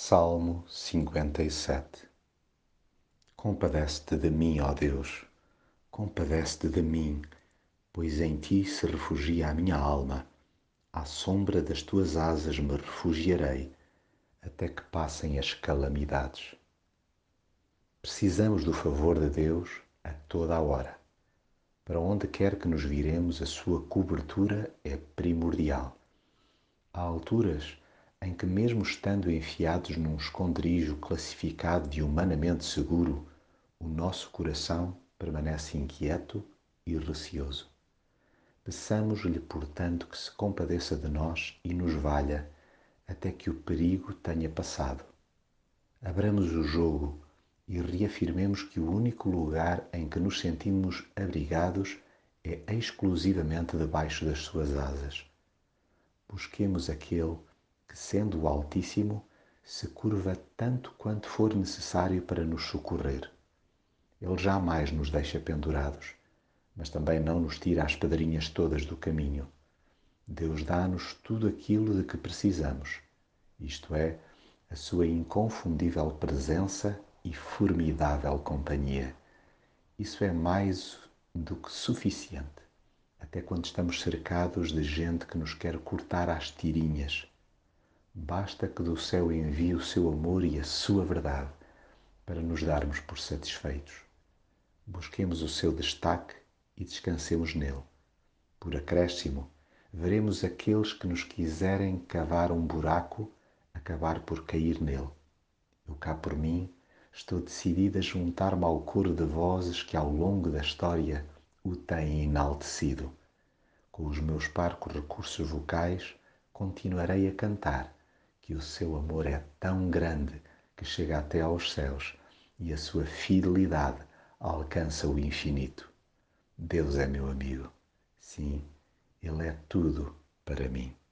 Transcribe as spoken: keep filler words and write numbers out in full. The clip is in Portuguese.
Salmo cinquenta e sete. Compadece-te de mim, ó Deus, compadece-te de mim, pois em ti se refugia a minha alma. À sombra das tuas asas me refugiarei, até que passem as calamidades. Precisamos do favor de Deus a toda a hora. Para onde quer que nos viremos, a sua cobertura é primordial. Há alturas em que, mesmo estando enfiados num esconderijo classificado de humanamente seguro, o nosso coração permanece inquieto e receoso. Peçamos-lhe, portanto, que se compadeça de nós e nos valha até que o perigo tenha passado. Abramos o jogo e reafirmemos que o único lugar em que nos sentimos abrigados é exclusivamente debaixo das suas asas. Busquemos aquele que, sendo o Altíssimo, se curva tanto quanto for necessário para nos socorrer. Ele jamais nos deixa pendurados, mas também não nos tira as pedrinhas todas do caminho. Deus dá-nos tudo aquilo de que precisamos, isto é, a sua inconfundível presença e formidável companhia. Isso é mais do que suficiente, até quando estamos cercados de gente que nos quer cortar às tirinhas. Basta que do céu envie o seu amor e a sua verdade para nos darmos por satisfeitos. Busquemos o seu destaque e descansemos nele. Por acréscimo, veremos aqueles que nos quiserem cavar um buraco acabar por cair nele. Eu cá por mim estou decidido a juntar-me ao coro de vozes que ao longo da história o têm enaltecido. Com os meus parcos recursos vocais continuarei a cantar que o seu amor é tão grande que chega até aos céus e a sua fidelidade alcança o infinito. Deus é meu amigo. Sim, Ele é tudo para mim.